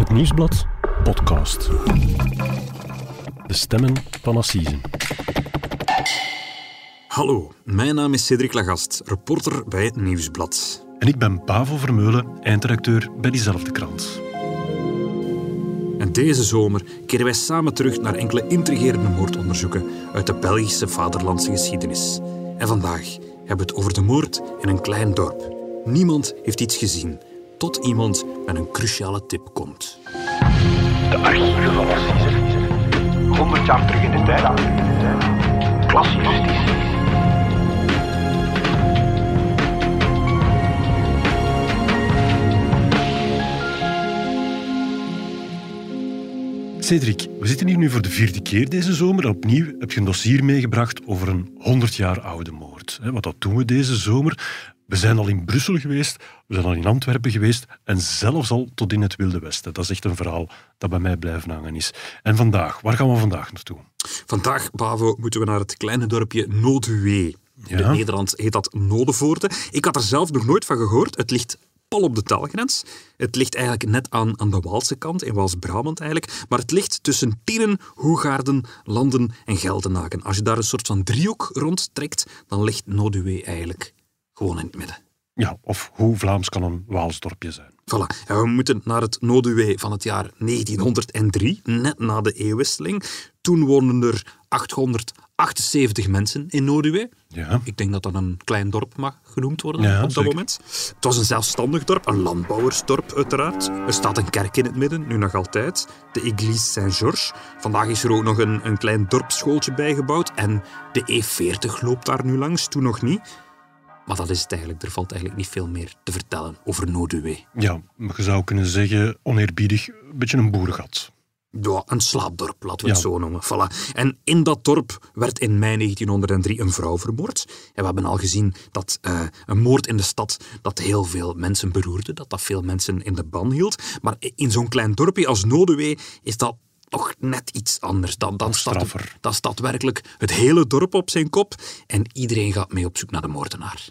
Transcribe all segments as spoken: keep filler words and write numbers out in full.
Het Nieuwsblad podcast. De stemmen van Assisen. Hallo, mijn naam is Cédric Lagast, reporter bij Het Nieuwsblad. En ik ben Pavo Vermeulen, eindredacteur bij diezelfde krant. En deze zomer keren wij samen terug naar enkele intrigerende moordonderzoeken uit de Belgische vaderlandse geschiedenis. En vandaag hebben we het over de moord in een klein dorp. Niemand heeft iets gezien, tot iemand met een cruciale tip komt. De archieven van Assisen. Honderd jaar terug in de tijd. Klasjustitie. Cédric, we zitten hier nu voor de vierde keer deze zomer. Opnieuw heb je een dossier meegebracht over een honderd jaar oude moord. Wat dat doen we deze zomer? We zijn al in Brussel geweest, we zijn al in Antwerpen geweest en zelfs al tot in het Wilde Westen. Dat is echt een verhaal dat bij mij blijven hangen is. En vandaag, waar gaan we vandaag naartoe? Vandaag, Pavo, moeten we naar het kleine dorpje Noduwe. Ja? In Nederland heet dat Nodevoorde. Ik had er zelf nog nooit van gehoord. Het ligt pal op de taalgrens. Het ligt eigenlijk net aan, aan de Waalse kant, in Waals-Brabant eigenlijk. Maar het ligt tussen Tienen, Hoegaarden, Landen en Geldenaken. Als je daar een soort van driehoek rondtrekt, dan ligt Noduwe eigenlijk gewoon in het midden. Ja, of hoe Vlaams kan een Waals dorpje zijn? Voilà. En we moeten naar het Noduwe van het jaar negentienhonderddrie, net na de eeuwwisseling. Toen woonden er achthonderdachtenzeventig mensen in Noduwe. Ja. Ik denk dat dat een klein dorp mag genoemd worden Ja, op dat zeker. moment. Het was een zelfstandig dorp, een landbouwersdorp uiteraard. Er staat een kerk in het midden, nu nog altijd. De Église Saint-Georges. Vandaag is er ook nog een, een klein dorpsschooltje bijgebouwd. En de E veertig loopt daar nu langs, toen nog niet. Maar dat is het eigenlijk. Er valt eigenlijk niet veel meer te vertellen over Noduwe. Ja, je zou kunnen zeggen, oneerbiedig, een beetje een boerengat. Ja, een slaapdorp, laten we het Ja. zo noemen. Voilà. En in dat dorp werd in mei negentienhonderddrie een vrouw vermoord. En we hebben al gezien dat uh, een moord in de stad dat heel veel mensen beroerde, dat dat veel mensen in de ban hield. Maar in zo'n klein dorpje als Noduwe is dat nog net iets anders. Dan, dan, staat, straffer. dan staat werkelijk het hele dorp op zijn kop en iedereen gaat mee op zoek naar de moordenaar.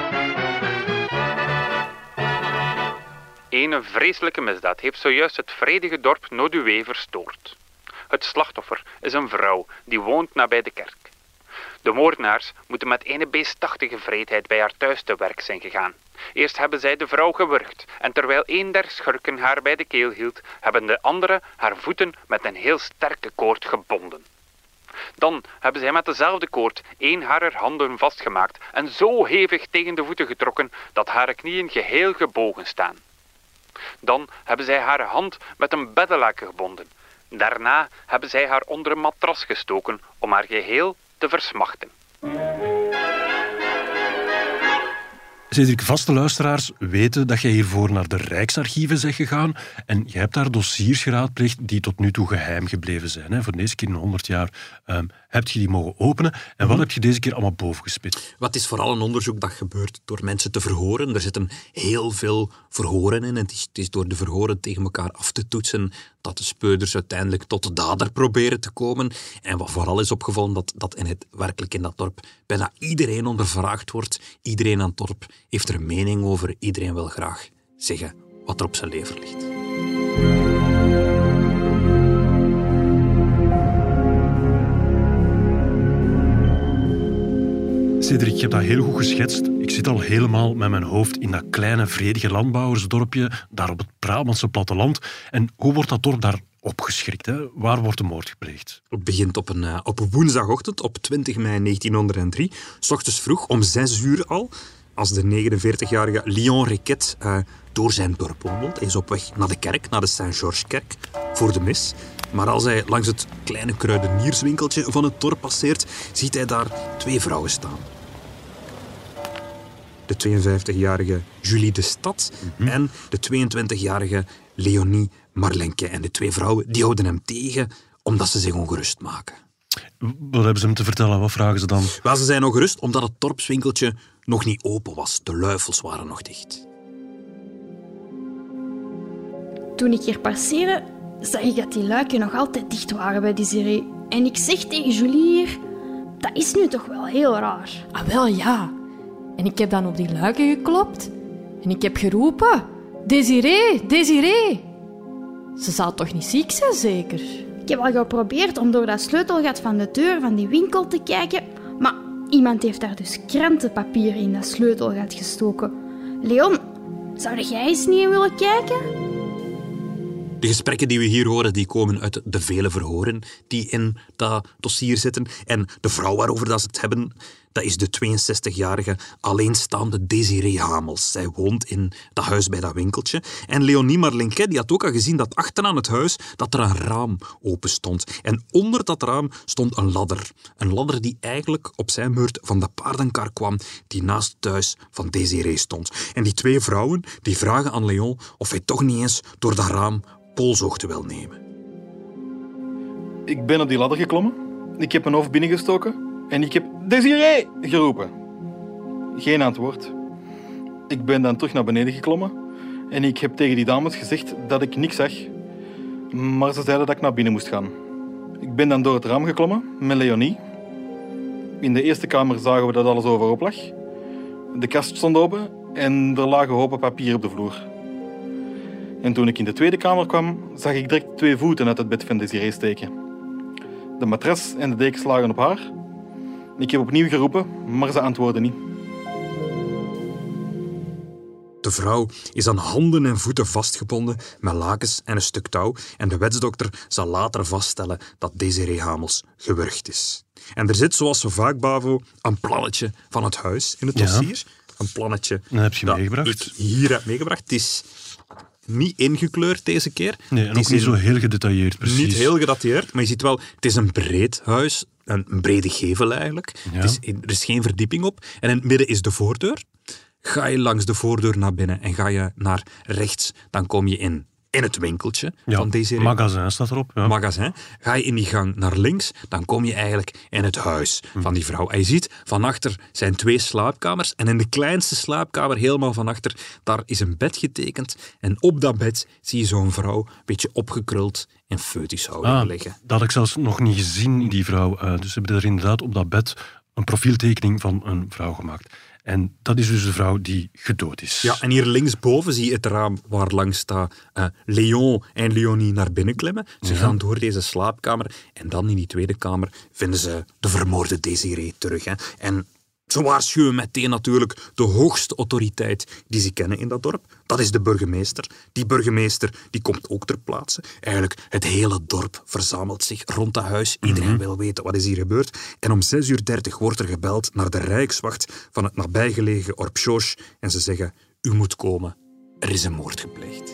Een vreselijke misdaad heeft zojuist het vredige dorp Noduwe verstoord. Het slachtoffer is een vrouw die woont nabij de kerk. De moordenaars moeten met een beestachtige vreedheid bij haar thuis te werk zijn gegaan. Eerst hebben zij de vrouw gewurgd en terwijl een der schurken haar bij de keel hield, hebben de anderen haar voeten met een heel sterke koord gebonden. Dan hebben zij met dezelfde koord een harer handen vastgemaakt en zo hevig tegen de voeten getrokken dat haar knieën geheel gebogen staan. Dan hebben zij haar hand met een beddelaken gebonden. Daarna hebben zij haar onder een matras gestoken om haar geheel te versmachten. Cédric, vaste luisteraars weten dat jij hiervoor naar de Rijksarchieven bent gegaan en je hebt daar dossiers geraadpleegd die tot nu toe geheim gebleven zijn. Hè. Voor de eerste keer in honderd jaar um, heb je die mogen openen. En wat heb je deze keer allemaal bovengespit? Wat is vooral een onderzoek dat gebeurt door mensen te verhoren. Er zitten heel veel verhoren in. Het is, het is door de verhoren tegen elkaar af te toetsen dat de speurders uiteindelijk tot de dader proberen te komen. En wat vooral is opgevallen, dat, dat in het, werkelijk in dat dorp bijna iedereen ondervraagd wordt. Iedereen aan het dorp heeft er een mening over. Iedereen wil graag zeggen wat er op zijn lever ligt. Cédric, je hebt dat heel goed geschetst. Ik zit al helemaal met mijn hoofd in dat kleine, vredige landbouwersdorpje, daar op het Brabantse platteland. En hoe wordt dat dorp daar opgeschrikt? Hè? Waar wordt de moord gepleegd? Het begint op een, uh, op een woensdagochtend, op twintig mei negentienhonderddrie, 's ochtends vroeg, om zes uur al, als de negenenveertigjarige Léon Riquet uh, door zijn dorp wandelt. Hij is op weg naar de kerk, naar de Saint-Georges-kerk, voor de mis. Maar als hij langs het kleine kruidenierswinkeltje van het dorp passeert, ziet hij daar twee vrouwen staan. De tweeënvijftigjarige Julie de Stad mm-hmm. en de tweeëntwintigjarige Léonie Marlenke. En de twee vrouwen die houden hem tegen omdat ze zich ongerust maken. Wat hebben ze hem te vertellen? Wat vragen ze dan? Wel, ze zijn ongerust omdat het dorpswinkeltje nog niet open was. De luifels waren nog dicht. Toen ik hier passeerde, zag ik dat die luiken nog altijd dicht waren bij Desiree. En ik zeg tegen Julie hier, dat is nu toch wel heel raar. Ah, wel ja. En ik heb dan op die luiken geklopt. En ik heb geroepen, Desiree, Desiree. Ze zou toch niet ziek zijn, zeker? Ik heb al geprobeerd om door dat sleutelgat van de deur van die winkel te kijken, maar iemand heeft daar dus krantenpapier in dat sleutelgat gestoken. Leon, zou jij eens niet in willen kijken? De gesprekken die we hier horen, die komen uit de vele verhoren die in dat dossier zitten. En de vrouw waarover dat ze het hebben, dat is de tweeënzestigjarige alleenstaande Desiree Hamels. Zij woont in dat huis bij dat winkeltje. En Leonie Marlinquet, die had ook al gezien dat achteraan het huis dat er een raam open stond. En onder dat raam stond een ladder. Een ladder die eigenlijk op zijn beurt van de paardenkar kwam, die naast het huis van Desiree stond. En die twee vrouwen die vragen aan Leon of hij toch niet eens door dat raam polshoogte wil nemen. Ik ben op die ladder geklommen. Ik heb mijn hoofd binnengestoken en ik heb Desiree geroepen. Geen antwoord. Ik ben dan terug naar beneden geklommen en ik heb tegen die dames gezegd dat ik niks zag. Maar ze zeiden dat ik naar binnen moest gaan. Ik ben dan door het raam geklommen met Leonie. In de eerste kamer zagen we dat alles overhoop lag. De kast stond open en er lagen hopen papier op de vloer. En toen ik in de tweede kamer kwam, zag ik direct twee voeten uit het bed van Desiree steken. De matras en de dekens lagen op haar. Ik heb opnieuw geroepen, maar ze antwoordde niet. De vrouw is aan handen en voeten vastgebonden met lakens en een stuk touw en de wetsdokter zal later vaststellen dat Desiree Hamels gewurgd is. En er zit, zoals zo vaak, Bavo, een plannetje van het huis in het dossier. Ja. Een plannetje dat heb je dat meegebracht. ik hier heb meegebracht. Het is niet ingekleurd deze keer. Nee, en ook niet zo heel gedetailleerd, precies. Niet heel gedetailleerd, maar je ziet wel, het is een breed huis, een brede gevel eigenlijk. Ja. Het is, er is geen verdieping op. En in het midden is de voordeur. Ga je langs de voordeur naar binnen en ga je naar rechts, dan kom je in, in het winkeltje ja, van Desiree. Magazijn staat erop. Ja. Magazijn. Ga je in die gang naar links, dan kom je eigenlijk in het huis hm. van die vrouw. En je ziet, van achter zijn twee slaapkamers en in de kleinste slaapkamer, helemaal van achter, daar is een bed getekend. En op dat bed zie je zo'n vrouw, een beetje opgekruld in foetushouding ah, liggen. Dat had ik zelfs nog niet gezien, die vrouw. Uh, dus ze hebben er inderdaad op dat bed een profieltekening van een vrouw gemaakt. En dat is dus de vrouw die gedood is. Ja, en hier linksboven zie je het raam waar langs staat uh, Leon en Leonie naar binnen klimmen. Ze ja. gaan door deze slaapkamer en dan in die tweede kamer vinden ze de vermoorde Desiree terug. Hè. En ze waarschuwen meteen natuurlijk de hoogste autoriteit die ze kennen in dat dorp. Dat is de burgemeester. Die burgemeester die komt ook ter plaatse. Eigenlijk het hele dorp verzamelt zich rond dat huis. Iedereen mm-hmm. wil weten wat is hier gebeurd. En om zes uur dertig wordt er gebeld naar de rijkswacht van het nabijgelegen Orpsjoos. En ze zeggen, u moet komen. Er is een moord gepleegd.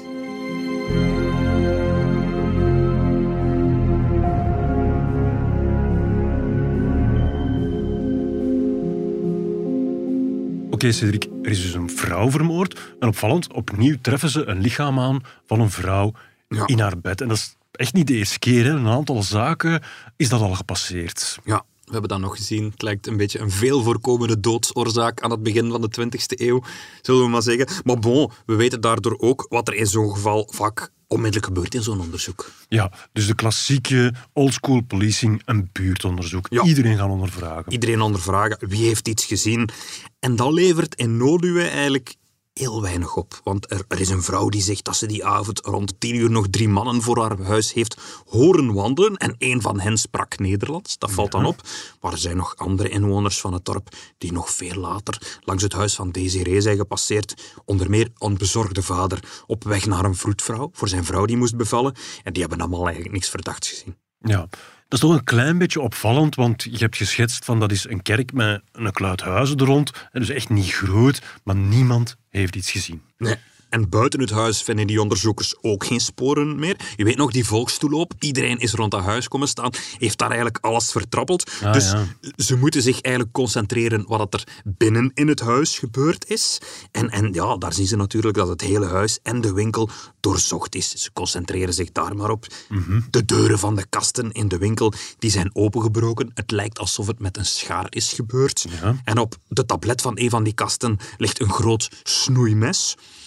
Oké, okay, Cedric, er is dus een vrouw vermoord. En opvallend, opnieuw treffen ze een lichaam aan van een vrouw ja. in haar bed. En dat is echt niet de eerste keer. Hè. Een aantal zaken is dat al gepasseerd. Ja, we hebben dat nog gezien. Het lijkt een beetje een veel voorkomende doodsoorzaak aan het begin van de twintigste eeuw, zullen we maar zeggen. Maar bon, we weten daardoor ook wat er in zo'n geval vaak onmiddellijk gebeurt in zo'n onderzoek. Ja, dus de klassieke oldschool policing, een buurtonderzoek. Ja. Iedereen gaan ondervragen. Iedereen ondervragen, wie heeft iets gezien. En dat levert in Noduwe eigenlijk heel weinig op. Want er, er is een vrouw die zegt dat ze die avond rond tien uur nog drie mannen voor haar huis heeft horen wandelen. En één van hen sprak Nederlands. Dat valt dan op. Maar er zijn nog andere inwoners van het dorp die nog veel later langs het huis van Desiree zijn gepasseerd. Onder meer een bezorgde vader op weg naar een vroedvrouw voor zijn vrouw die moest bevallen. En die hebben allemaal eigenlijk niks verdachts gezien. Ja, dat is toch een klein beetje opvallend, want je hebt geschetst van dat is een kerk met een kluit huizen er rond. Dus echt niet groot, maar niemand heeft iets gezien. Nee. En buiten het huis vinden die onderzoekers ook geen sporen meer. Je weet nog, die volkstoeloop, iedereen is rond dat huis komen staan, heeft daar eigenlijk alles vertrappeld. Ah, dus ja. ze moeten zich eigenlijk concentreren wat er binnen in het huis gebeurd is. En, en ja, daar zien ze natuurlijk dat het hele huis en de winkel doorzocht is. Ze concentreren zich daar maar op. Mm-hmm. De deuren van de kasten in de winkel, die zijn opengebroken. Het lijkt alsof het met een schaar is gebeurd. Ja. En op de tablet van een van die kasten ligt een groot snoeimes.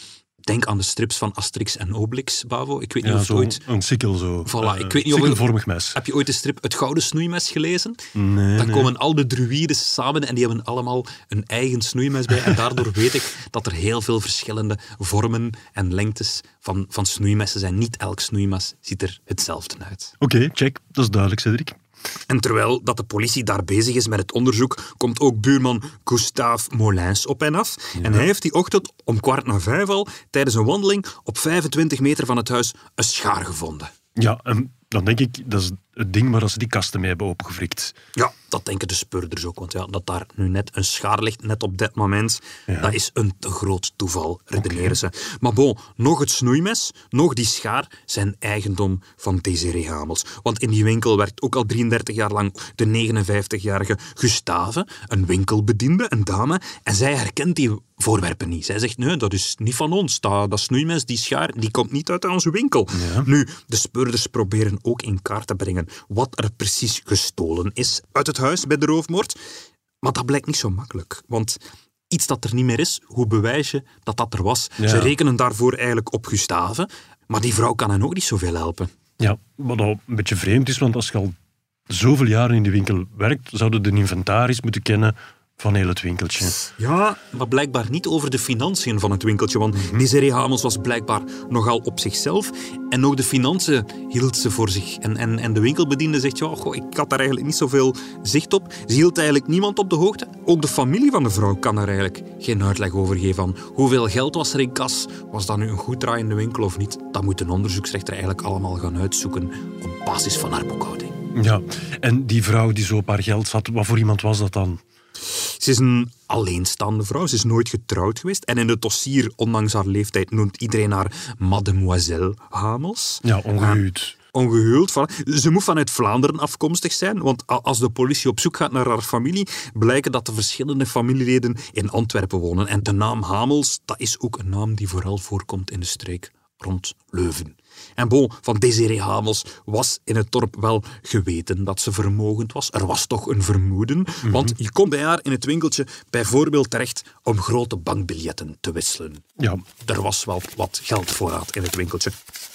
Denk aan de strips van Asterix en Obelix, Bavo. Ik weet niet Ja, of zo, ooit... een sikkel zo. Voilà, Uh, ik weet niet of... sikkelvormig mes. Heb je ooit de strip Het Gouden Snoeimes gelezen? Nee, Dan nee. komen al de druïden samen en die hebben allemaal een eigen snoeimes bij. En daardoor weet ik dat er heel veel verschillende vormen en lengtes van, van snoeimessen zijn. Niet elk snoeimes ziet er hetzelfde uit. Oké, okay, check. Dat is duidelijk, Cedric. En terwijl dat de politie daar bezig is met het onderzoek, komt ook buurman Gustave Molins op hen af. Ja. En hij heeft die ochtend om kwart na vijf al, tijdens een wandeling op vijfentwintig meter van het huis, een schaar gevonden. Ja, en dan denk ik, dat is het ding waar ze die kasten mee hebben opengefrikt. Ja, dat denken de speurders ook. Want ja, dat daar nu net een schaar ligt, net op dit moment, ja. dat is een te groot toeval, redeneren okay. ze. Maar bon, nog het snoeimes, nog die schaar zijn eigendom van Desiree Hamels. Want in die winkel werkt ook al drieëndertig jaar lang de negenenvijftigjarige Gustave, een winkelbediende, een dame, en zij herkent die voorwerpen niet. Zij zegt, nee, dat is niet van ons. Dat, dat snoeimes, die schaar, die komt niet uit onze winkel. Ja. Nu, de speurders proberen ook in kaart te brengen wat er precies gestolen is uit het huis bij de roofmoord. Maar dat blijkt niet zo makkelijk. Want iets dat er niet meer is, hoe bewijs je dat dat er was? Ja. Ze rekenen daarvoor eigenlijk op Gustave, maar die vrouw kan hen ook niet zoveel helpen. Ja, wat al een beetje vreemd is, want als je al zoveel jaren in de winkel werkt, zouden de inventaris moeten kennen van heel het winkeltje. Ja, maar blijkbaar niet over de financiën van het winkeltje, want mm-hmm. Desiree Hamels was blijkbaar nogal op zichzelf en ook de financiën hield ze voor zich. En, en, en de winkelbediende zegt, ja, goh, ik had daar eigenlijk niet zoveel zicht op. Ze hield eigenlijk niemand op de hoogte. Ook de familie van de vrouw kan er eigenlijk geen uitleg over geven van hoeveel geld was er in kas. Was dat nu een goed draaiende winkel of niet? Dat moet een onderzoeksrechter eigenlijk allemaal gaan uitzoeken op basis van haar boekhouding. Ja, en die vrouw die zo op haar geld zat, wat voor iemand was dat dan? Ze is een alleenstaande vrouw, ze is nooit getrouwd geweest. En in het dossier, ondanks haar leeftijd, noemt iedereen haar Mademoiselle Hamels. Ja, ongehuwd. Uh, ongehuwd. Voilà. Ze moet vanuit Vlaanderen afkomstig zijn, want als de politie op zoek gaat naar haar familie, blijken dat de verschillende familieleden in Antwerpen wonen. En de naam Hamels, dat is ook een naam die vooral voorkomt in de streek rond Leuven. En bon, van Desiree Hamels was in het dorp wel geweten dat ze vermogend was. Er was toch een vermoeden, mm-hmm. want je komt bij haar in het winkeltje bijvoorbeeld terecht om grote bankbiljetten te wisselen. Ja. Er was wel wat geldvoorraad in het winkeltje.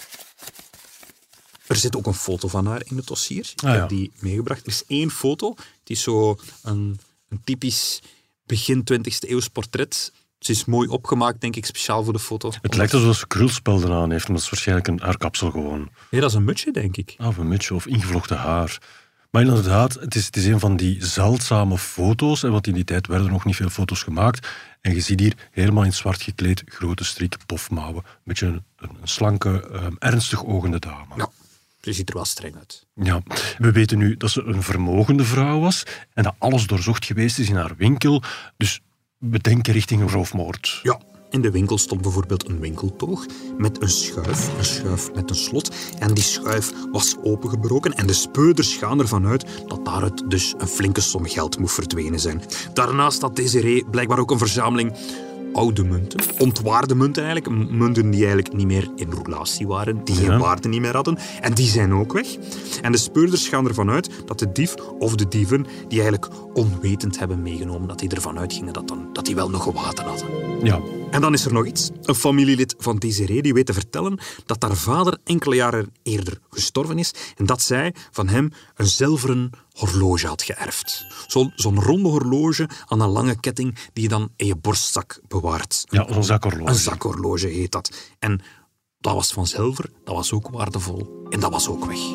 Er zit ook een foto van haar in het dossier. Ik ah, heb ja. die meegebracht. Er is één foto, die is zo een, een typisch begin twintigste eeuws portret. Ze is mooi opgemaakt, denk ik, speciaal voor de foto. Het lijkt alsof ze krulspelden aan heeft, maar dat is waarschijnlijk een haarkapsel gewoon. Nee, dat is een mutsje, denk ik. Ah, of een mutsje of ingevlochten haar. Maar inderdaad, het is, het is een van die zeldzame foto's, en want in die tijd werden er nog niet veel foto's gemaakt. En je ziet hier helemaal in zwart gekleed, grote strik, pofmouwen. Een beetje een, een slanke, um, ernstig ogende dame. Ja. Ze ziet er wel streng uit. Ja, we weten nu dat ze een vermogende vrouw was en dat alles doorzocht geweest is in haar winkel. Dus we denken richting een roofmoord. Ja, in de winkel stond bijvoorbeeld een winkeltoog met een schuif, een schuif met een slot. En die schuif was opengebroken en de speurders gaan ervan uit dat daaruit dus een flinke som geld moet verdwenen zijn. Daarnaast had Desiree blijkbaar ook een verzameling oude munten, ontwaarde munten eigenlijk, munten die eigenlijk niet meer in roulatie waren, die geen ja. waarde niet meer hadden, en die zijn ook weg. En de speurders gaan ervan uit dat de dief of de dieven die eigenlijk onwetend hebben meegenomen, dat die ervan uitgingen dat, dan, dat die wel nog gewaten hadden. Ja. En dan is er nog iets. Een familielid van Desiree die weet te vertellen dat haar vader enkele jaren eerder gestorven is en dat zij van hem een zilveren horloge had geërfd. Zo, zo'n ronde horloge aan een lange ketting die je dan in je borstzak bewaart. Ja, een zakhorloge. Een zakhorloge heet dat. En dat was van zilver, dat was ook waardevol en dat was ook weg.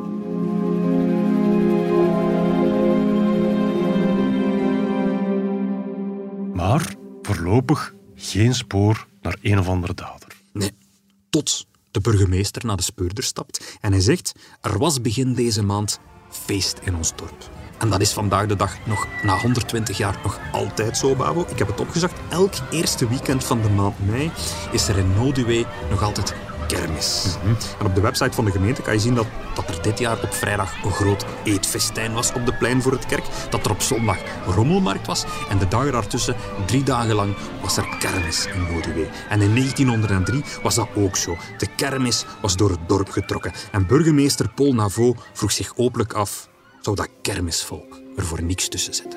Maar voorlopig geen spoor naar een of andere dader. Nee, tot de burgemeester naar de speurder stapt en hij zegt, er was begin deze maand feest in ons dorp. En dat is vandaag de dag, nog na honderdtwintig jaar, nog altijd zo, Babo. Ik heb het opgezocht. Elk eerste weekend van de maand mei is er in Noduwe nog altijd kermis. Mm-hmm. En op de website van de gemeente kan je zien dat, dat er dit jaar op vrijdag een groot eetfestijn was op de plein voor het kerk. Dat er op zondag rommelmarkt was. En de dagen daartussen, drie dagen lang, was er kermis in Noduwe. En in negentienhonderddrie was dat ook zo. De kermis was door het dorp getrokken. En burgemeester Paul Navot vroeg zich openlijk af, zou dat kermisvolk er voor niks tussen zitten?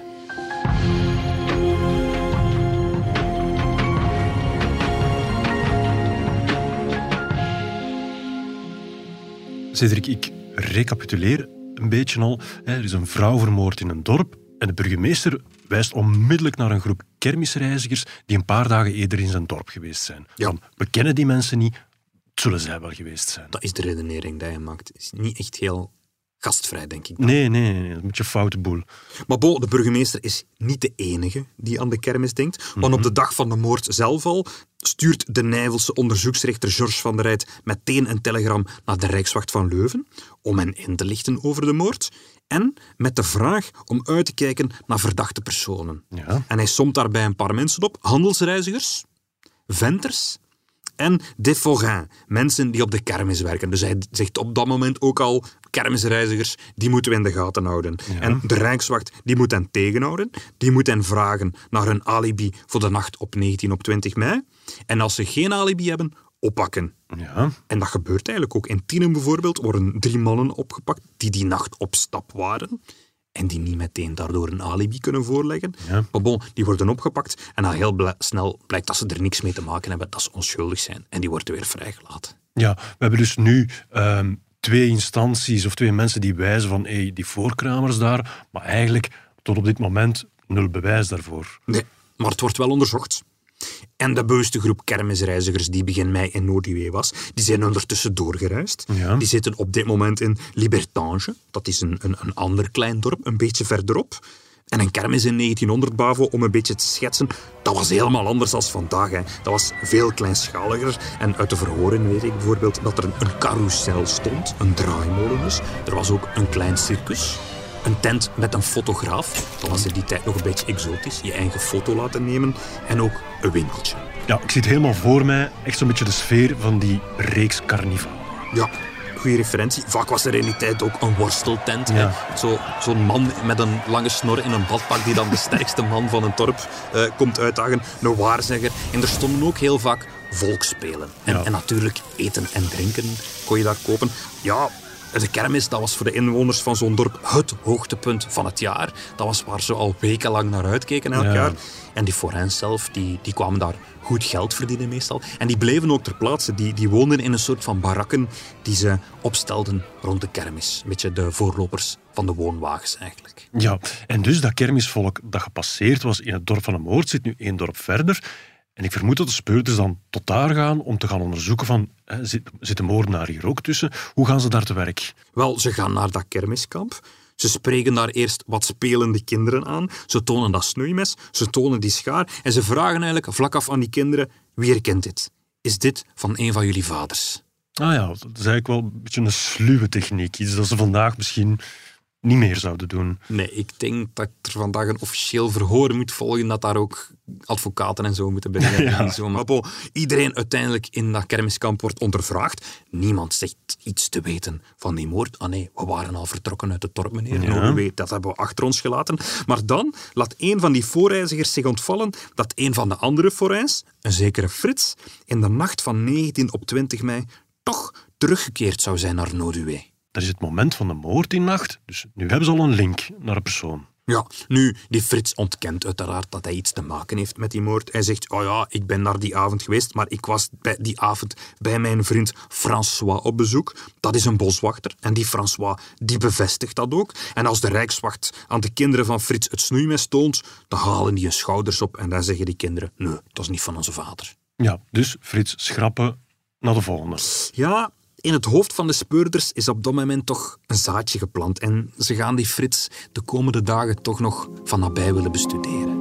Cedric, ik recapituleer een beetje al. Er is een vrouw vermoord in een dorp en de burgemeester wijst onmiddellijk naar een groep kermisreizigers die een paar dagen eerder in zijn dorp geweest zijn. Ja. Van, we kennen die mensen niet, het zullen zij wel geweest zijn. Dat is de redenering die je maakt. Het is niet echt heel gastvrij, denk ik dan. Nee, nee, nee, dat is een beetje een foute boel. Maar bo, de burgemeester is niet de enige die aan de kermis denkt. Want mm-hmm. op de dag van de moord zelf al stuurt de Nijvelse onderzoeksrechter Georges van der Rijt meteen een telegram naar de Rijkswacht van Leuven om hen in te lichten over de moord. En met de vraag om uit te kijken naar verdachte personen. Ja. En hij somt daarbij een paar mensen op. Handelsreizigers, venters en des forains, mensen die op de kermis werken. Dus hij zegt op dat moment ook al, kermisreizigers, die moeten we in de gaten houden. Ja. En de Rijkswacht, die moet hen tegenhouden. Die moet hen vragen naar hun alibi voor de nacht op negentien op twintig mei. En als ze geen alibi hebben, oppakken. Ja. En dat gebeurt eigenlijk ook. In Tienen bijvoorbeeld worden drie mannen opgepakt die die nacht op stap waren. En die niet meteen daardoor een alibi kunnen voorleggen. Ja. Maar bon, die worden opgepakt en dan heel bl- snel blijkt dat ze er niks mee te maken hebben, dat ze onschuldig zijn. En die worden weer vrijgelaten. Ja, we hebben dus nu um, twee instanties of twee mensen die wijzen van hey, die voorkramers daar, maar eigenlijk tot op dit moment nul bewijs daarvoor. Nee, maar het wordt wel onderzocht. En de bewuste groep kermisreizigers die begin mei in Noorduwe was, die zijn ondertussen doorgereisd. Ja. Die zitten op dit moment in Libertange. Dat is een, een, een ander klein dorp, een beetje verderop. En een kermis in negentienhonderd, Bavo, om een beetje te schetsen, dat was helemaal anders dan vandaag. Hè. Dat was veel kleinschaliger. En uit de verhoren weet ik bijvoorbeeld dat er een, een carousel stond, een draaimolen dus. Er was ook een klein circus. Een tent met een fotograaf. Dat was in die tijd nog een beetje exotisch. Je eigen foto laten nemen. En ook een winkeltje. Ja, ik zie het helemaal voor mij. Echt zo'n beetje de sfeer van die reeks carnaval. Ja, goede referentie. Vaak was er in die tijd ook een worsteltent. Ja. Zo, zo'n man met een lange snor in een badpak die dan de sterkste man van een dorp uh, komt uitdagen. Een waarzegger. En er stonden ook heel vaak volksspelen. En, Ja. en natuurlijk eten en drinken kon je daar kopen. Ja... De kermis, dat was voor de inwoners van zo'n dorp het hoogtepunt van het jaar. Dat was waar ze al wekenlang naar uitkeken elk Ja. jaar. En die forains zelf, die, die kwamen daar goed geld verdienen meestal. En die bleven ook ter plaatse. Die, die woonden in een soort van barakken die ze opstelden rond de kermis. Een beetje de voorlopers van de woonwagens eigenlijk. Ja, en dus dat kermisvolk dat gepasseerd was in het dorp van de moord zit nu één dorp verder. En ik vermoed dat de speurders dan tot daar gaan om te gaan onderzoeken van, hè, zit, zit de moordenaar hier ook tussen? Hoe gaan ze daar te werk? Wel, ze gaan naar dat kermiskamp. Ze spreken daar eerst wat spelende kinderen aan. Ze tonen dat snoeimes, ze tonen die schaar. En ze vragen eigenlijk vlak af aan die kinderen, wie herkent dit? Is dit van een van jullie vaders? Ah ja, dat is eigenlijk wel een beetje een sluwe techniek. Iets dat ze vandaag misschien niet meer zouden doen. Nee, ik denk dat er vandaag een officieel verhoor moet volgen, dat daar ook advocaten en zo moeten beginnen. Ja. Zo. Maar bon, iedereen uiteindelijk in dat kermiskamp wordt ondervraagd. Niemand zegt iets te weten van die moord. Ah nee, we waren al vertrokken uit het dorp, meneer. Ja. Nou, weet, dat hebben we achter ons gelaten. Maar dan laat een van die voorreizigers zich ontvallen dat een van de andere forains, een zekere Frits, in de nacht van negentien op twintig mei toch teruggekeerd zou zijn naar Noorduwe. Dat is het moment van de moord die nacht. Dus nu hebben ze al een link naar een persoon. Ja, nu, die Frits ontkent uiteraard dat hij iets te maken heeft met die moord. Hij zegt, oh ja, ik ben daar die avond geweest, maar ik was bij die avond bij mijn vriend François op bezoek. Dat is een boswachter. En die François, die bevestigt dat ook. En als de Rijkswacht aan de kinderen van Frits het snoeimes toont, dan halen die hun schouders op en dan zeggen die kinderen, nee, dat is niet van onze vader. Ja, dus Frits schrappen naar de volgende. Ja, in het hoofd van de speurders is op dat moment toch een zaadje geplant. En ze gaan die Frits de komende dagen toch nog van nabij willen bestuderen.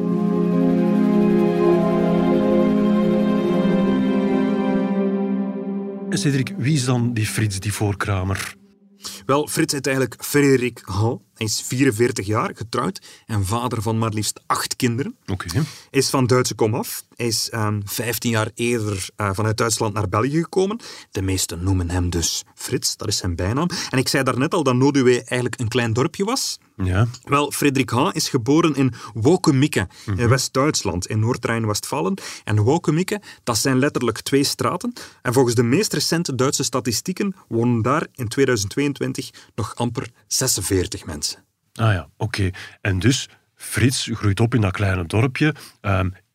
En Cedric, wie is dan die Frits, die voorkramer? Wel, Frits heet eigenlijk Frederik Hall. Hij is vierenveertig jaar, getrouwd en vader van maar liefst acht kinderen. Oké. Hij is van Duitse komaf. Hij is um, vijftien jaar eerder uh, vanuit Duitsland naar België gekomen. De meesten noemen hem dus Frits, dat is zijn bijnaam. En ik zei daarnet al dat Noorduwe eigenlijk een klein dorpje was. Ja. Wel, Frederik Hall is geboren in Wokemikke, in West-Duitsland, in Noord-Rijn-Westfalen. En Wokemikke, dat zijn letterlijk twee straten. En volgens de meest recente Duitse statistieken wonen daar in tweeduizend tweeëntwintig nog amper zesenveertig mensen. Ah ja, oké. En dus, Frits groeit op in dat kleine dorpje. Um,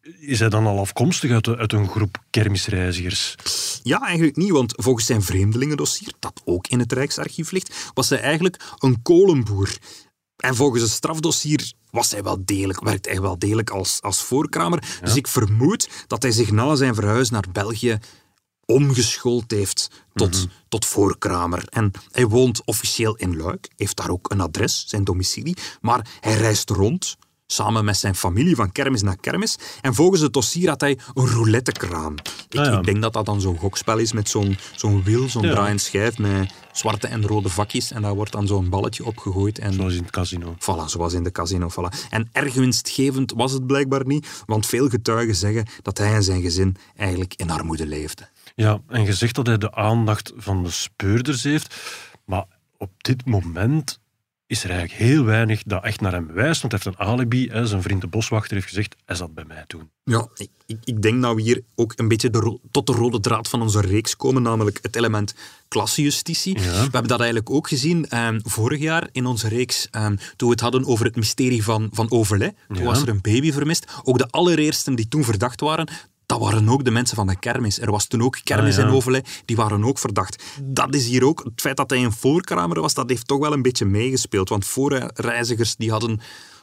is hij dan al afkomstig uit, de, uit een groep kermisreizigers? Ja, eigenlijk niet, want volgens zijn vreemdelingendossier, dat ook in het Rijksarchief ligt, was hij eigenlijk een kolenboer. En volgens het strafdossier was hij wel degelijk, werkte hij wel degelijk als, als voorkramer. Ja. Dus ik vermoed dat hij zich na zijn verhuis naar België omgeschoold heeft tot, mm-hmm. tot voorkramer. En hij woont officieel in Luik, heeft daar ook een adres, zijn domicilie, maar hij reist rond, samen met zijn familie, van kermis naar kermis. En volgens het dossier had hij een roulettekraan. Ik, ah, ja. ik denk dat dat dan zo'n gokspel is met zo'n, zo'n wiel, zo'n ja. draaiend schijf met zwarte en rode vakjes. En daar wordt dan zo'n balletje opgegooid. En zoals in het casino. Voilà, zoals in de casino. Voilà. En erg winstgevend was het blijkbaar niet, want veel getuigen zeggen dat hij en zijn gezin eigenlijk in armoede leefden. Ja, en je zegt dat hij de aandacht van de speurders heeft, maar op dit moment is er eigenlijk heel weinig dat echt naar hem wijst, want hij heeft een alibi. Hè. Zijn vriend de boswachter heeft gezegd, hij zat bij mij toen. Ja, ik, ik denk dat we hier ook een beetje de ro- tot de rode draad van onze reeks komen, namelijk het element klassejustitie. Ja. We hebben dat eigenlijk ook gezien eh, vorig jaar in onze reeks, eh, toen we het hadden over het mysterie van, van Overlay. Toen ja. was er een baby vermist. Ook de allereersten die toen verdacht waren, dat waren ook de mensen van de kermis. Er was toen ook kermis ah, ja. in Overlay, die waren ook verdacht. Dat is hier ook. Het feit dat hij een voorkramer was, dat heeft toch wel een beetje meegespeeld. Want voorreizigers die hadden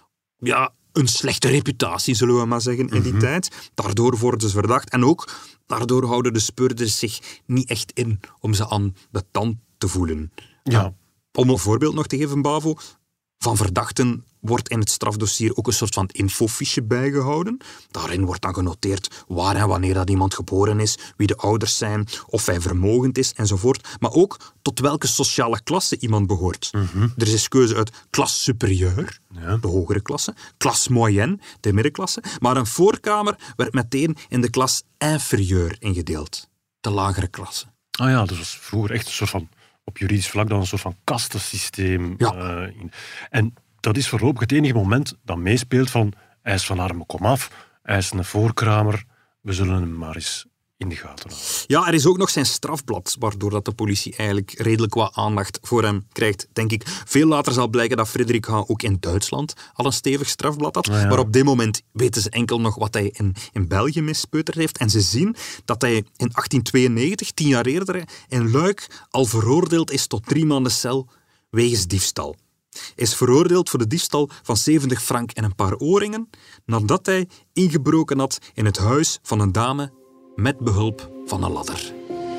ja, een slechte reputatie, zullen we maar zeggen, in die mm-hmm. tijd. Daardoor worden ze verdacht. En ook daardoor houden de speurders zich niet echt in om ze aan de tand te voelen. Ja. Om een voorbeeld nog te geven, Bavo, van verdachten wordt in het strafdossier ook een soort van infofiche bijgehouden. Daarin wordt dan genoteerd waar en wanneer dat iemand geboren is, wie de ouders zijn, of hij vermogend is, enzovoort. Maar ook tot welke sociale klasse iemand behoort. Mm-hmm. Er is keuze uit klas superieur, ja. de hogere klasse, klas moyenne, de middenklasse, maar een voorkamer werd meteen in de klas inferieur ingedeeld, de lagere klasse. Ah ja, dat was vroeger echt een soort van, op juridisch vlak dan een soort van kastensysteem. Ja. Uh, in. En dat is voorlopig het enige moment dat meespeelt van hij is van arme komaf, hij is een voorkramer, we zullen hem maar eens in de gaten houden. Ja, er is ook nog zijn strafblad, waardoor dat de politie eigenlijk redelijk wat aandacht voor hem krijgt, denk ik. Veel later zal blijken dat Frederik H. ook in Duitsland al een stevig strafblad had, ah, ja. maar op dit moment weten ze enkel nog wat hij in, in België mispeuterd heeft. En ze zien dat hij in achttien tweeënnegentig, tien jaar eerder, in Luik al veroordeeld is tot drie maanden cel wegens diefstal. Hij is veroordeeld voor de diefstal van zeventig frank en een paar oorringen, nadat hij ingebroken had in het huis van een dame met behulp van een ladder.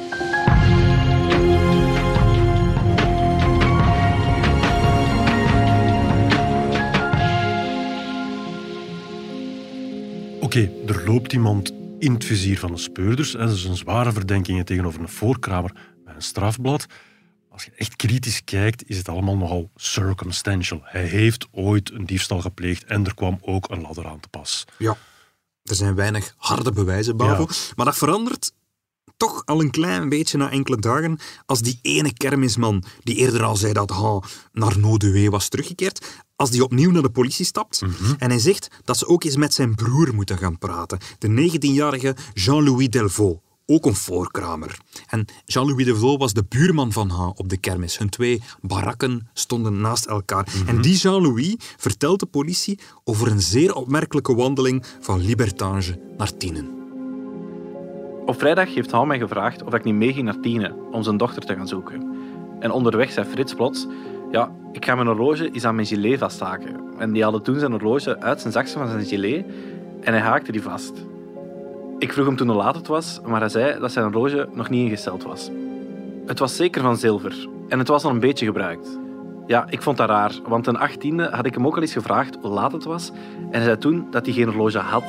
Oké, okay, er loopt iemand in het vizier van de speurders. Dat is een zware verdenking tegenover een voorkramer met een strafblad. Als je echt kritisch kijkt, is het allemaal nogal circumstantial. Hij heeft ooit een diefstal gepleegd en er kwam ook een ladder aan te pas. Ja, er zijn weinig harde bewijzen, Bavo. Ja. Maar dat verandert toch al een klein beetje na enkele dagen als die ene kermisman, die eerder al zei dat hij naar Noduwe was teruggekeerd, als die opnieuw naar de politie stapt mm-hmm. en hij zegt dat ze ook eens met zijn broer moeten gaan praten. De negentienjarige Jean-Louis Delvaux. Ook een voorkramer. En Jean-Louis Delvaux was de buurman van H. op de kermis. Hun twee barakken stonden naast elkaar. Mm-hmm. En die Jean-Louis vertelt de politie over een zeer opmerkelijke wandeling van Libertange naar Tienen. Op vrijdag heeft H. mij gevraagd of ik niet meeging naar Tienen om zijn dochter te gaan zoeken. En onderweg zei Frits plots: ja, ik ga mijn horloge eens aan mijn gilet vasthaken. En die haalde toen zijn horloge uit zijn zakje van zijn gilet en hij haakte die vast. Ik vroeg hem toen hoe laat het was, maar hij zei dat zijn horloge nog niet ingesteld was. Het was zeker van zilver en het was al een beetje gebruikt. Ja, ik vond dat raar, want ten achttiende had ik hem ook al eens gevraagd hoe laat het was en hij zei toen dat hij geen horloge had.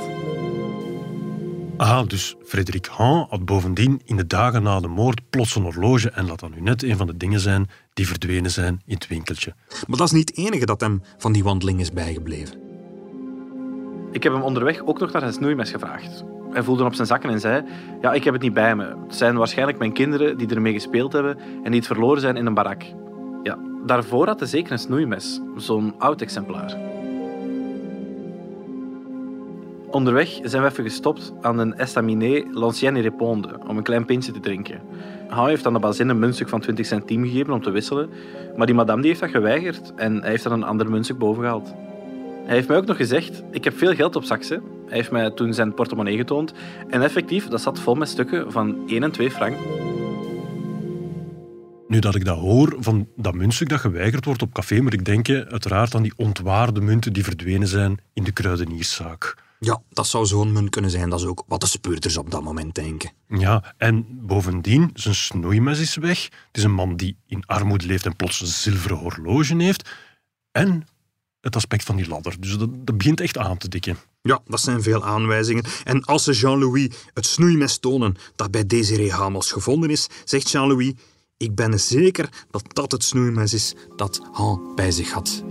Ah, dus Frederik H. had bovendien in de dagen na de moord plots een horloge en laat dat nu net een van de dingen zijn die verdwenen zijn in het winkeltje. Maar dat is niet het enige dat hem van die wandeling is bijgebleven. Ik heb hem onderweg ook nog naar zijn snoeimes gevraagd. Hij voelde op zijn zakken en zei: ja, ik heb het niet bij me. Het zijn waarschijnlijk mijn kinderen die ermee gespeeld hebben en die het verloren zijn in een barak. Ja, daarvoor had hij zeker een snoeimes. Zo'n oud exemplaar. Onderweg zijn we even gestopt aan een estaminet L'Ancienne Réponde om een klein pintje te drinken. Hij heeft aan de bazin een muntstuk van twintig centiem gegeven om te wisselen, maar die madame die heeft dat geweigerd en hij heeft er een ander muntstuk boven gehaald. Hij heeft mij ook nog gezegd, ik heb veel geld op zak. Hè. Hij heeft mij toen zijn portemonnee getoond. En effectief, dat zat vol met stukken van één en twee frank. Nu dat ik dat hoor, van dat muntstuk dat geweigerd wordt op café, moet ik denken uiteraard aan die ontwaarde munten die verdwenen zijn in de kruidenierszaak. Ja, dat zou zo'n munt kunnen zijn. Dat is ook wat de speurders op dat moment denken. Ja, en bovendien, zijn snoeimes is weg. Het is een man die in armoede leeft en plots een zilveren horloge heeft. En het aspect van die ladder. Dus dat, dat begint echt aan te dikken. Ja, dat zijn veel aanwijzingen. En als ze Jean-Louis het snoeimes tonen dat bij Désiré Hamels gevonden is, zegt Jean-Louis: ik ben zeker dat dat het snoeimes is dat Han bij zich had.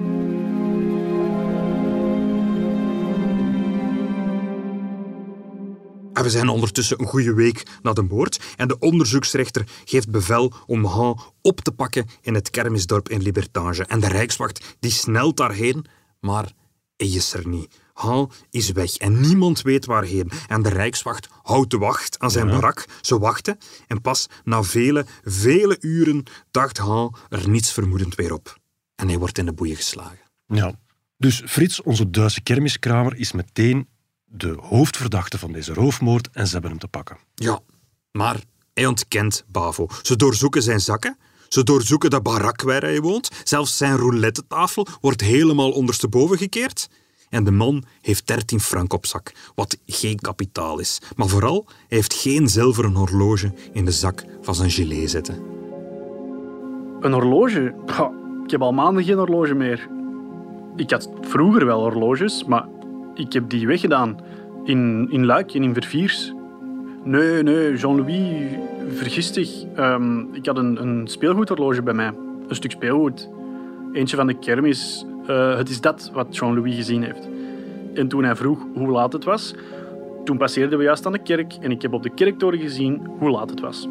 En we zijn ondertussen een goede week na de moord en de onderzoeksrechter geeft bevel om Han op te pakken in het kermisdorp in Libertage. En de Rijkswacht die snelt daarheen, maar hij is er niet. Han is weg en niemand weet waarheen. En de Rijkswacht houdt de wacht aan zijn ja. barak. Ze wachten en pas na vele, vele uren dacht Han er niets vermoedend weer op. En hij wordt in de boeien geslagen. Ja, dus Frits, onze Duitse kermiskramer, is meteen de hoofdverdachte van deze roofmoord en ze hebben hem te pakken. Ja, maar hij ontkent Bavo. Ze doorzoeken zijn zakken, ze doorzoeken de barak waar hij woont, zelfs zijn roulette-tafel wordt helemaal ondersteboven gekeerd. En de man heeft dertien frank op zak, wat geen kapitaal is. Maar vooral, hij heeft geen zilveren horloge in de zak van zijn gilet zitten. Een horloge? Goh, ik heb al maanden geen horloge meer. Ik had vroeger wel horloges, maar ik heb die weggedaan. In, in Luik en in Verviers. Nee, nee, Jean-Louis, vergis dich. Um, ik had een, een speelgoedhorloge bij mij. Een stuk speelgoed. Eentje van de kermis. Uh, het is dat wat Jean-Louis gezien heeft. En toen hij vroeg hoe laat het was, toen passeerden we juist aan de kerk en ik heb op de kerktoren gezien hoe laat het was.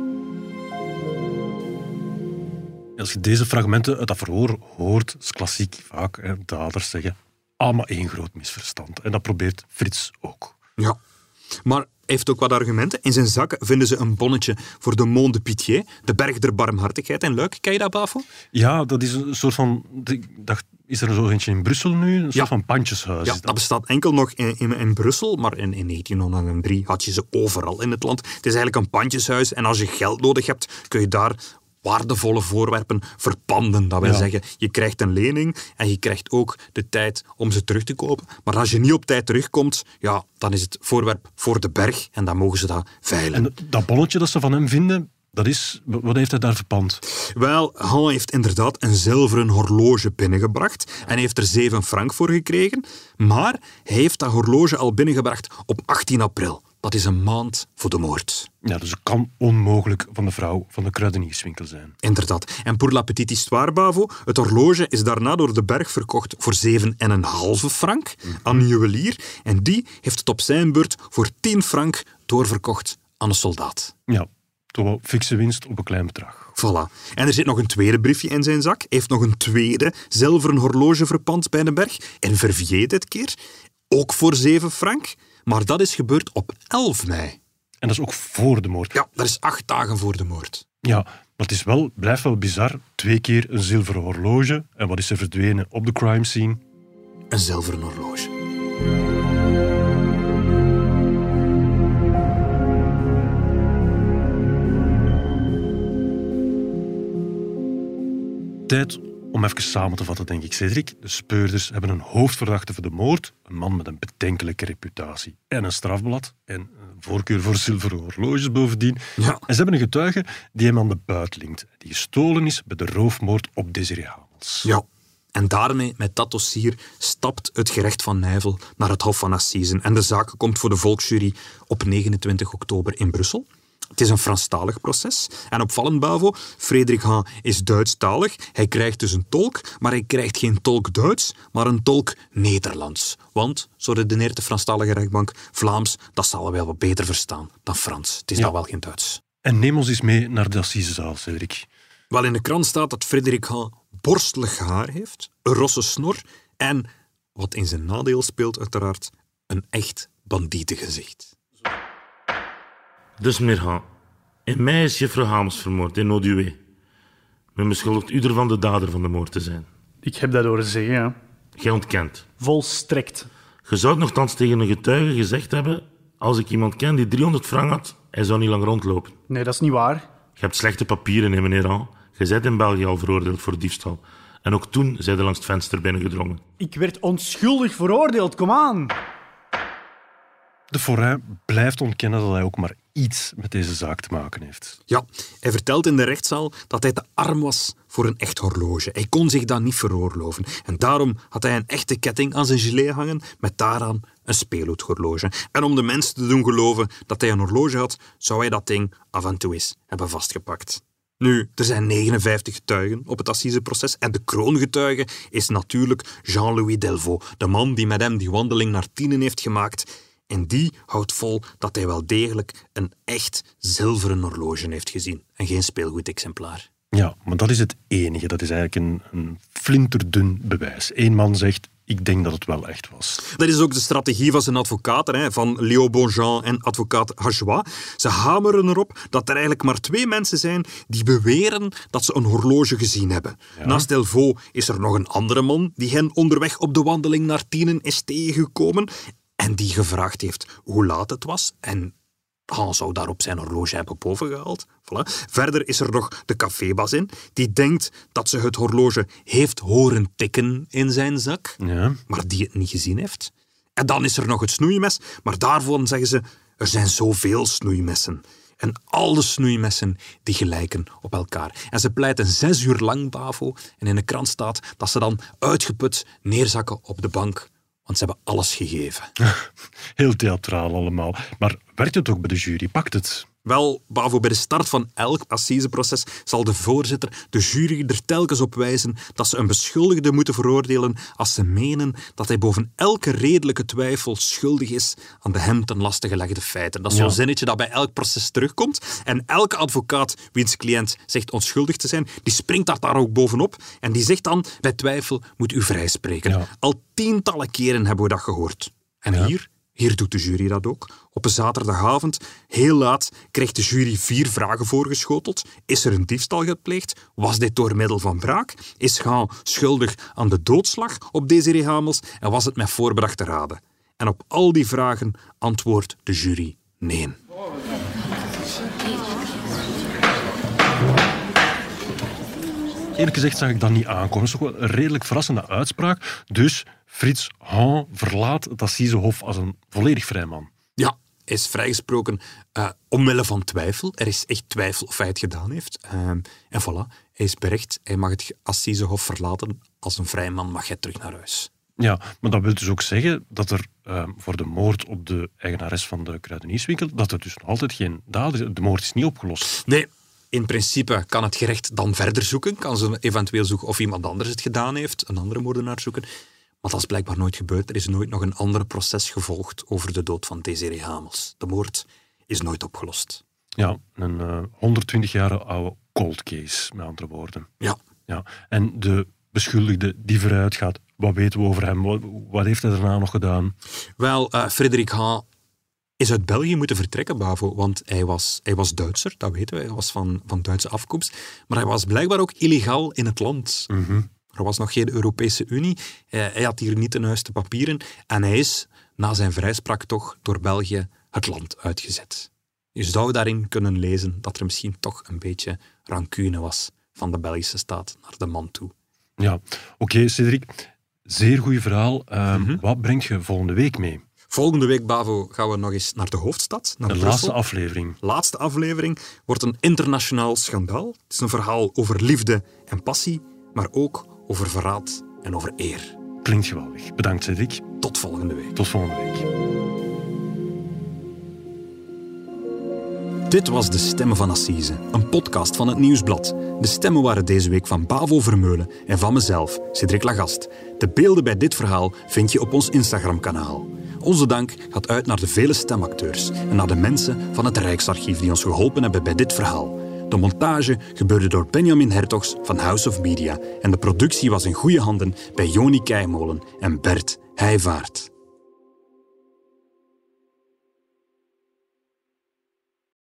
Als je deze fragmenten uit dat verhoor hoort, is klassiek vaak, hè, daders zeggen, allemaal één groot misverstand. En dat probeert Frits ook. Ja, maar hij heeft ook wat argumenten. In zijn zak vinden ze een bonnetje voor de Mont de Pitié, de berg der barmhartigheid in Luik. Ken je dat, Bavo? Ja, dat is een soort van... Ik dacht, is er zo eentje in Brussel nu? Een soort ja. van pandjeshuis. Ja, is dat. dat bestaat enkel nog in, in, in Brussel, maar in, in negentienhonderddrie had je ze overal in het land. Het is eigenlijk een pandjeshuis en als je geld nodig hebt, kun je daar waardevolle voorwerpen verpanden. Dat wil ja. zeggen, je krijgt een lening en je krijgt ook de tijd om ze terug te kopen. Maar als je niet op tijd terugkomt, ja, dan is het voorwerp voor de berg en dan mogen ze dat veilen. En dat bonnetje dat ze van hem vinden, dat is... Wat heeft hij daar verpand? Wel, Han heeft inderdaad een zilveren horloge binnengebracht en heeft er zeven frank voor gekregen. Maar hij heeft dat horloge al binnengebracht op achttien april. Dat is een maand voor de moord. Ja, dus het kan onmogelijk van de vrouw van de kruidenierswinkel zijn. Inderdaad. En pour la petite histoire, Bavo, het horloge is daarna door de berg verkocht voor zeven en een halve frank aan een juwelier. En die heeft het op zijn beurt voor tien frank doorverkocht aan een soldaat. Ja, toch wel fikse winst op een klein bedrag. Voilà. En er zit nog een tweede briefje in zijn zak. Hij heeft nog een tweede zilveren horloge verpand bij de berg. En Verviers dit keer. Ook voor zeven frank. Maar dat is gebeurd op elf mei. En dat is ook voor de moord. Ja, dat is acht dagen voor de moord. Ja, maar het is wel, blijft wel bizar. Twee keer een zilveren horloge. En wat is er verdwenen op de crime scene? Een zilveren horloge. Tijd om even samen te vatten, denk ik, Cedric. De speurders hebben een hoofdverdachte voor de moord. Een man met een bedenkelijke reputatie. En een strafblad. En een voorkeur voor zilveren horloges bovendien. Ja. En ze hebben een getuige die hem aan de buit linkt. Die gestolen is bij de roofmoord op Désiré Hamels. Ja. En daarmee, met dat dossier, stapt het gerecht van Nijvel naar het Hof van Assisen. En de zaak komt voor de volksjury op negenentwintig oktober in Brussel. Het is een Franstalig proces. En opvallend, Bavo, Frederik Han is Duitsstalig. Hij krijgt dus een tolk, maar hij krijgt geen tolk Duits, maar een tolk Nederlands. Want, zo redeneert de Franstalige rechtbank, Vlaams, dat zal hij wel wat beter verstaan dan Frans. Het is ja. dan wel geen Duits. En neem ons eens mee naar de assisezaal, Cedric. Wel, in de krant staat dat Frederik Han borstelig haar heeft, een rosse snor en, wat in zijn nadeel speelt uiteraard, een echt bandietengezicht. Dus meneer Han, in mei is juffrouw Hamels vermoord in Oduwe. Men beschuldigt u ervan de dader van de moord te zijn. Ik heb dat horen zeggen, ja. Jij ontkent. Volstrekt. Je zou nogthans tegen een getuige gezegd hebben... Als ik iemand ken die driehonderd frank had, hij zou niet lang rondlopen. Nee, dat is niet waar. Je hebt slechte papieren, hè, meneer An. Je bent in België al veroordeeld voor diefstal. En ook toen zijn ze langs het venster binnengedrongen. Ik werd onschuldig veroordeeld, kom aan. De forain blijft ontkennen dat hij ook maar iets met deze zaak te maken heeft. Ja, hij vertelt in de rechtszaal dat hij te arm was voor een echt horloge. Hij kon zich dat niet veroorloven. En daarom had hij een echte ketting aan zijn gilet hangen met daaraan een speelgoedhorloge. En om de mensen te doen geloven dat hij een horloge had, zou hij dat ding af en toe eens hebben vastgepakt. Nu, er zijn negenenvijftig getuigen op het assiseproces en de kroongetuige is natuurlijk Jean-Louis Delvaux, de man die met hem die wandeling naar Tienen heeft gemaakt. En die houdt vol dat hij wel degelijk een echt zilveren horloge heeft gezien en geen speelgoedexemplaar. Ja, maar dat is het enige. Dat is eigenlijk een, een flinterdun bewijs. Eén man zegt, ik denk dat het wel echt was. Dat is ook de strategie van zijn advocaten, hè, van Léo Bonjean en advocaat Hajois. Ze hameren erop dat er eigenlijk maar twee mensen zijn die beweren dat ze een horloge gezien hebben. Ja. Naast Delvaux is er nog een andere man die hen onderweg op de wandeling naar Tienen is tegengekomen en die gevraagd heeft hoe laat het was en Han zou daarop zijn horloge hebben bovengehaald. Voilà. Verder is er nog de cafébazin, die denkt dat ze het horloge heeft horen tikken in zijn zak, ja. maar die het niet gezien heeft. En dan is er nog het snoeimes, maar daarvan zeggen ze, er zijn zoveel snoeimessen. En alle snoeimessen die gelijken op elkaar. En ze pleiten zes uur lang, Bavo, en in de krant staat dat ze dan uitgeput neerzakken op de bank. Want ze hebben alles gegeven. Heel theatraal allemaal. Maar werkt het ook bij de jury? Pakt het? Wel, Bavo, bij de start van elk assiseproces zal de voorzitter de jury er telkens op wijzen dat ze een beschuldigde moeten veroordelen als ze menen dat hij boven elke redelijke twijfel schuldig is aan de hem ten laste gelegde feiten. Dat is Ja. zo'n zinnetje dat bij elk proces terugkomt. En elke advocaat wiens cliënt zegt onschuldig te zijn, die springt daar, daar ook bovenop en die zegt dan, bij twijfel moet u vrijspreken. Ja. Al tientallen keren hebben we dat gehoord. En Ja. hier... Hier doet de jury dat ook. Op een zaterdagavond, heel laat, kreeg de jury vier vragen voorgeschoteld. Is er een diefstal gepleegd? Was dit door middel van braak? Is Gaan schuldig aan de doodslag op Desiree Hamels? En was het met voorbedachte raden? En op al die vragen antwoordt de jury nee. Eerlijk gezegd zag ik dat niet aankomen. Dat is toch wel een redelijk verrassende uitspraak. Dus Frits Han verlaat het Assisehof als een volledig vrij man. Ja, hij is vrijgesproken uh, omwille van twijfel. Er is echt twijfel of hij het gedaan heeft. Uh, en voilà, hij is berecht. Hij mag het Assisehof verlaten. Als een vrij man mag hij terug naar huis. Ja, maar dat wil dus ook zeggen dat er uh, voor de moord op de eigenares van de kruidenierswinkel, dat er dus nog altijd geen daad is. De moord is niet opgelost. Nee. In principe kan het gerecht dan verder zoeken. Kan ze eventueel zoeken of iemand anders het gedaan heeft. Een andere moordenaar zoeken. Maar dat is blijkbaar nooit gebeurd. Er is nooit nog een ander proces gevolgd over de dood van Desiree Hamels. De moord is nooit opgelost. Ja, een uh, honderdtwintig jaar oude cold case, met andere woorden. Ja. ja. En de beschuldigde die vooruit gaat, wat weten we over hem? Wat, wat heeft hij daarna nog gedaan? Wel, uh, Frederik Haan is uit België moeten vertrekken, Bavo, want hij was, hij was Duitser, dat weten we. Hij was van, van Duitse afkomst. Maar hij was blijkbaar ook illegaal in het land. Mm-hmm. Er was nog geen Europese Unie. Hij, hij had hier niet de juiste papieren. En hij is, na zijn vrijspraak toch, door België het land uitgezet. Je zou daarin kunnen lezen dat er misschien toch een beetje rancune was van de Belgische staat naar de man toe. Ja, oké, okay, Cédric. Zeer goed verhaal. Uh, mm-hmm. Wat brengt je volgende week mee? Volgende week, Bavo, gaan we nog eens naar de hoofdstad. Naar de Brussel. laatste aflevering. laatste aflevering wordt een internationaal schandaal. Het is een verhaal over liefde en passie, maar ook over verraad en over eer. Klinkt geweldig. Bedankt, Cédric. Tot volgende week. Tot volgende week. Dit was De Stemmen van Assise, een podcast van het Nieuwsblad. De stemmen waren deze week van Bavo Vermeulen en van mezelf, Cédric Lagast. De beelden bij dit verhaal vind je op ons Instagram-kanaal. Onze dank gaat uit naar de vele stemacteurs en naar de mensen van het Rijksarchief die ons geholpen hebben bij dit verhaal. De montage gebeurde door Benjamin Hertogs van House of Media en de productie was in goede handen bij Joni Keimolen en Bert Heijvaart.